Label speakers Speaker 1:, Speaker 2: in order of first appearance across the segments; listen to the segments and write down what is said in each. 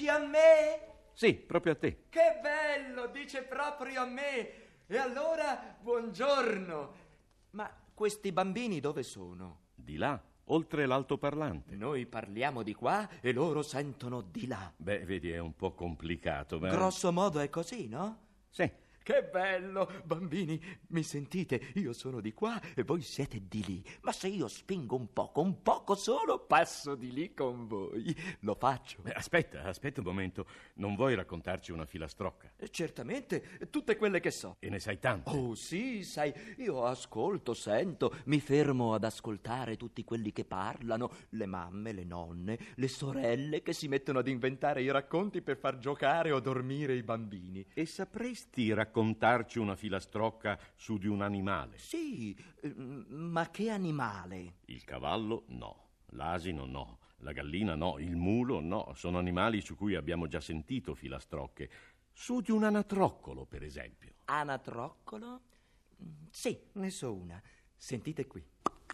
Speaker 1: dici a me?
Speaker 2: Sì, proprio a te.
Speaker 1: Che bello, dice proprio a me. E allora, buongiorno. Ma questi bambini dove sono?
Speaker 2: Di là, oltre l'altoparlante.
Speaker 1: Noi parliamo di qua e loro sentono di là.
Speaker 2: Beh, vedi, è un po' complicato, ma...
Speaker 1: Grosso modo è così, no?
Speaker 2: Sì.
Speaker 1: Che bello! Bambini, mi sentite? Io sono di qua e voi siete di lì. Ma se io spingo un poco solo, passo di lì con voi. Lo faccio.
Speaker 2: Beh, aspetta un momento. Non vuoi raccontarci una filastrocca?
Speaker 1: Certamente, tutte quelle che so.
Speaker 2: E ne sai tante?
Speaker 1: Oh sì, sai, io ascolto, sento, mi fermo ad ascoltare tutti quelli che parlano, le mamme, le nonne, le sorelle che si mettono ad inventare i racconti per far giocare o dormire i bambini.
Speaker 2: E sapresti raccontarci una filastrocca su di un animale?
Speaker 1: Sì, ma che animale?
Speaker 2: Il cavallo no, l'asino no, la gallina no, il mulo no. Sono animali su cui abbiamo già sentito filastrocche. Su di un anatroccolo, per esempio.
Speaker 1: Anatroccolo? Sì, ne so una. Sentite qui.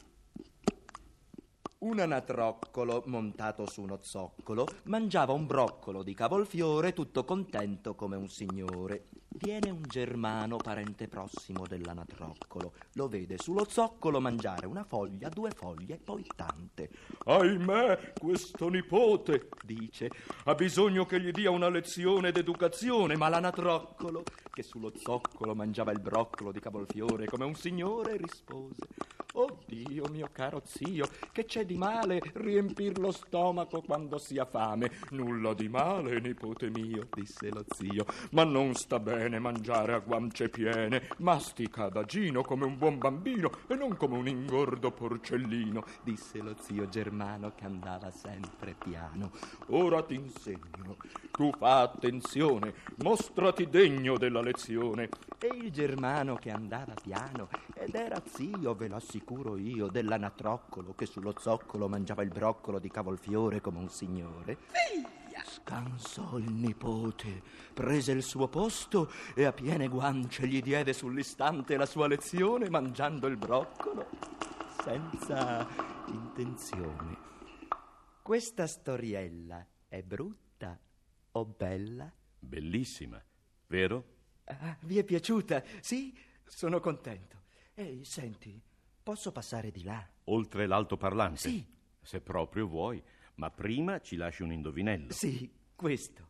Speaker 1: Un anatroccolo montato su uno zoccolo mangiava un broccolo di cavolfiore tutto contento come un signore. Viene un germano, parente prossimo dell'anatroccolo. Lo vede sullo zoccolo mangiare una foglia, 2 foglie e poi tante. Ahimè, questo nipote, dice, ha bisogno che gli dia una lezione d'educazione. Ma l'anatroccolo, che sullo zoccolo mangiava il broccolo di cavolfiore come un signore, rispose: oh Dio, mio caro zio, che c'è di male riempir lo stomaco quando si ha fame? Nulla di male, nipote mio, disse lo zio, ma non sta bene mangiare a guance piene. Mastica adagino come un buon bambino e non come un ingordo porcellino, disse lo zio germano che andava sempre piano. Ora ti insegno, tu fa attenzione, mostrati degno della lezione. E il germano che andava piano ed era zio, ve lo assicuro io, dell'anatroccolo che sullo zoccolo mangiava il broccolo di cavolfiore come un signore. Scansò il nipote, prese il suo posto e a piene guance gli diede sull'istante la sua lezione, mangiando il broccolo senza intenzione. Questa storiella è brutta o bella?
Speaker 2: Bellissima, vero?
Speaker 1: Vi è piaciuta? Sì? Sono contento. Ehi, senti, posso passare di là?
Speaker 2: Oltre l'altoparlante?
Speaker 1: Sì.
Speaker 2: Se proprio vuoi, ma prima ci lasci un indovinello.
Speaker 1: Sì, questo.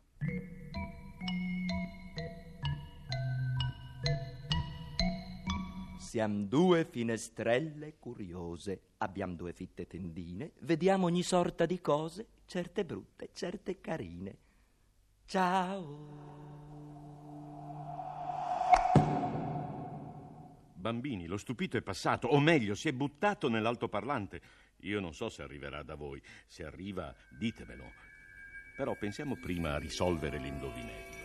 Speaker 1: Siamo 2 finestrelle curiose, abbiamo 2 fitte tendine, vediamo ogni sorta di cose, certe brutte, certe carine. Ciao.
Speaker 2: Bambini, lo stupito è passato, o meglio, si è buttato nell'altoparlante. Io non so se arriverà da voi. Se arriva, ditemelo. Però pensiamo prima a risolvere l'indovinello.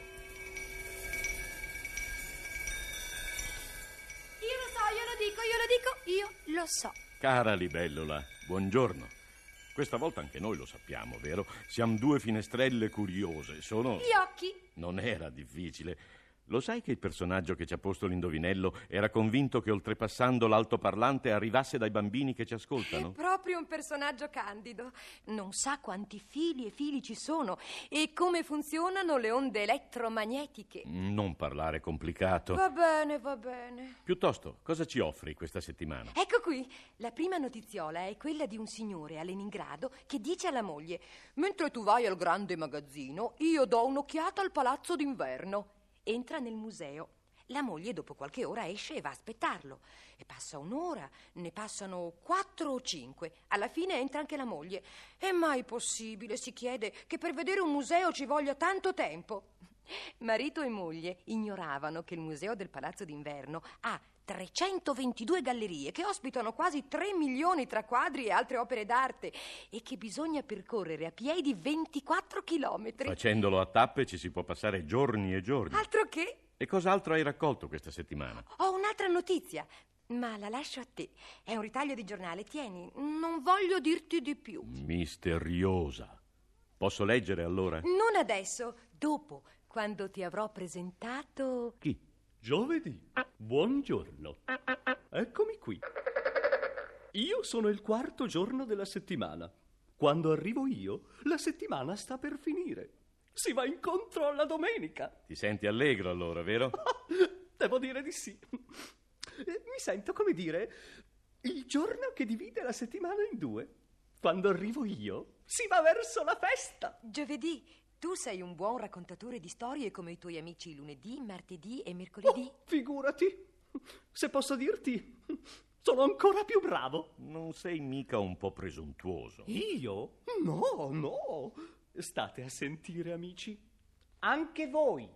Speaker 3: Io lo so.
Speaker 2: Cara libellola, buongiorno. Questa volta anche noi lo sappiamo, vero? Siamo 2 finestrelle curiose. Sono...
Speaker 3: Gli occhi.
Speaker 2: Non era difficile. Lo sai che il personaggio che ci ha posto l'indovinello era convinto che oltrepassando l'altoparlante arrivasse dai bambini che ci ascoltano?
Speaker 3: È proprio un personaggio candido. Non sa quanti fili e fili ci sono e come funzionano le onde elettromagnetiche.
Speaker 2: Non parlare complicato.
Speaker 3: Va bene, va bene.
Speaker 2: Piuttosto, cosa ci offri questa settimana?
Speaker 3: Ecco qui, la prima notiziola è quella di un signore a Leningrado che dice alla moglie: mentre tu vai al grande magazzino, io do un'occhiata al palazzo d'inverno. Entra nel museo. La moglie dopo qualche ora esce e va a aspettarlo. E passa un'ora, ne passano 4 o 5. Alla fine entra anche la moglie. È mai possibile, si chiede, che per vedere un museo ci voglia tanto tempo? Marito e moglie ignoravano che il museo del Palazzo d'Inverno ha 322 gallerie che ospitano quasi 3 milioni tra quadri e altre opere d'arte e che bisogna percorrere a piedi 24 chilometri.
Speaker 2: Facendolo a tappe ci si può passare giorni e giorni.
Speaker 3: Altro che!
Speaker 2: E cos'altro hai raccolto questa settimana?
Speaker 3: Ho un'altra notizia, ma la lascio a te. È un ritaglio di giornale, tieni, non voglio dirti di più.
Speaker 2: Misteriosa. Posso leggere allora?
Speaker 3: Non adesso, dopo, quando ti avrò presentato...
Speaker 2: Chi?
Speaker 4: Giovedì. Buongiorno. Eccomi qui. Io sono il 4º giorno della settimana. Quando arrivo io, la settimana sta per finire. si va incontro alla domenica.
Speaker 2: Ti senti allegro allora, vero?
Speaker 4: Devo dire di sì. Mi sento, come dire, il giorno che divide la settimana in due. Quando arrivo io, si va verso la festa.
Speaker 3: Giovedì, tu sei un buon raccontatore di storie come i tuoi amici lunedì, martedì e mercoledì.
Speaker 4: Oh, figurati. Se posso dirti, sono ancora più bravo.
Speaker 2: Non sei mica un po' presuntuoso?
Speaker 4: Io? No, no. State a sentire, amici. Anche voi.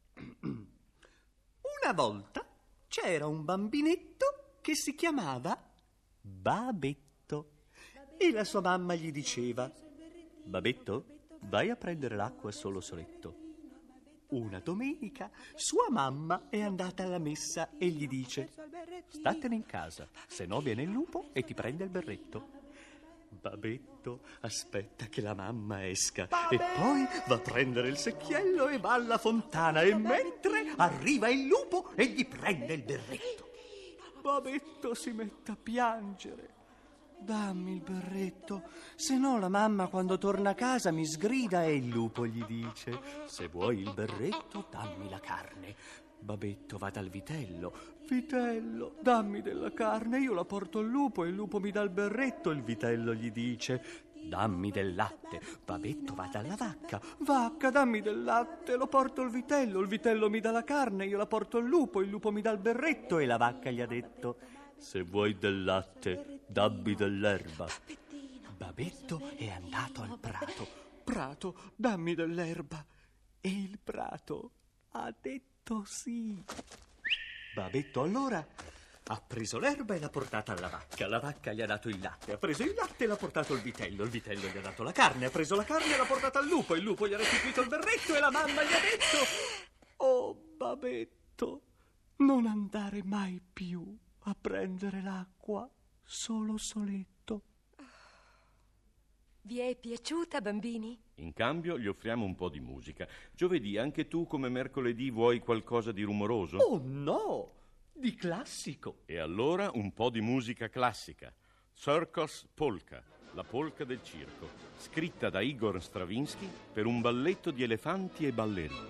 Speaker 4: Una volta c'era un bambinetto che si chiamava Babetto. E la sua mamma gli diceva: Babetto, vai a prendere l'acqua solo soletto. Una domenica sua mamma è andata alla messa e gli dice: statene in casa, se no viene il lupo e ti prende il berretto. Babetto aspetta che la mamma esca e poi va a prendere il secchiello e va alla fontana, e mentre arriva il lupo e gli prende il berretto. Babetto si mette a piangere. Dammi il berretto, se no la mamma quando torna a casa mi sgrida, e il lupo gli dice: se vuoi il berretto dammi la carne. Babetto va dal vitello: vitello, dammi della carne, io la porto al lupo e il lupo mi dà il berretto. Il vitello gli dice: dammi del latte. Babetto va dalla vacca: vacca, dammi del latte, lo porto al vitello. Il vitello mi dà la carne, io la porto al lupo, il lupo mi dà il berretto. E la vacca gli ha detto: se vuoi del latte, dammi dell'erba. Babetto è andato al prato: prato, dammi dell'erba. E il prato ha detto sì. Babetto allora ha preso l'erba e l'ha portata alla vacca. La vacca gli ha dato il latte, ha preso il latte e l'ha portato al vitello. Il vitello gli ha dato la carne, ha preso la carne e l'ha portata al lupo. Il lupo gli ha restituito il berretto e la mamma gli ha detto: oh, Babetto, non andare mai più a prendere l'acqua solo soletto.
Speaker 3: Vi è piaciuta, bambini?
Speaker 2: In cambio gli offriamo un po' di musica. Giovedì, anche tu come mercoledì vuoi qualcosa di rumoroso?
Speaker 4: Oh no, di classico.
Speaker 2: E allora un po' di musica classica. Circus Polka, la polka del circo, scritta da Igor Stravinsky per un balletto di elefanti e ballerini.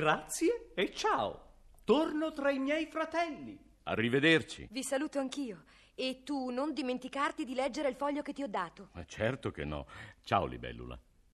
Speaker 4: Grazie e ciao. Torno tra i miei fratelli.
Speaker 2: Arrivederci.
Speaker 3: Vi saluto anch'io. E tu non dimenticarti di leggere il foglio che ti ho dato.
Speaker 2: Ma certo che no. Ciao, libellula.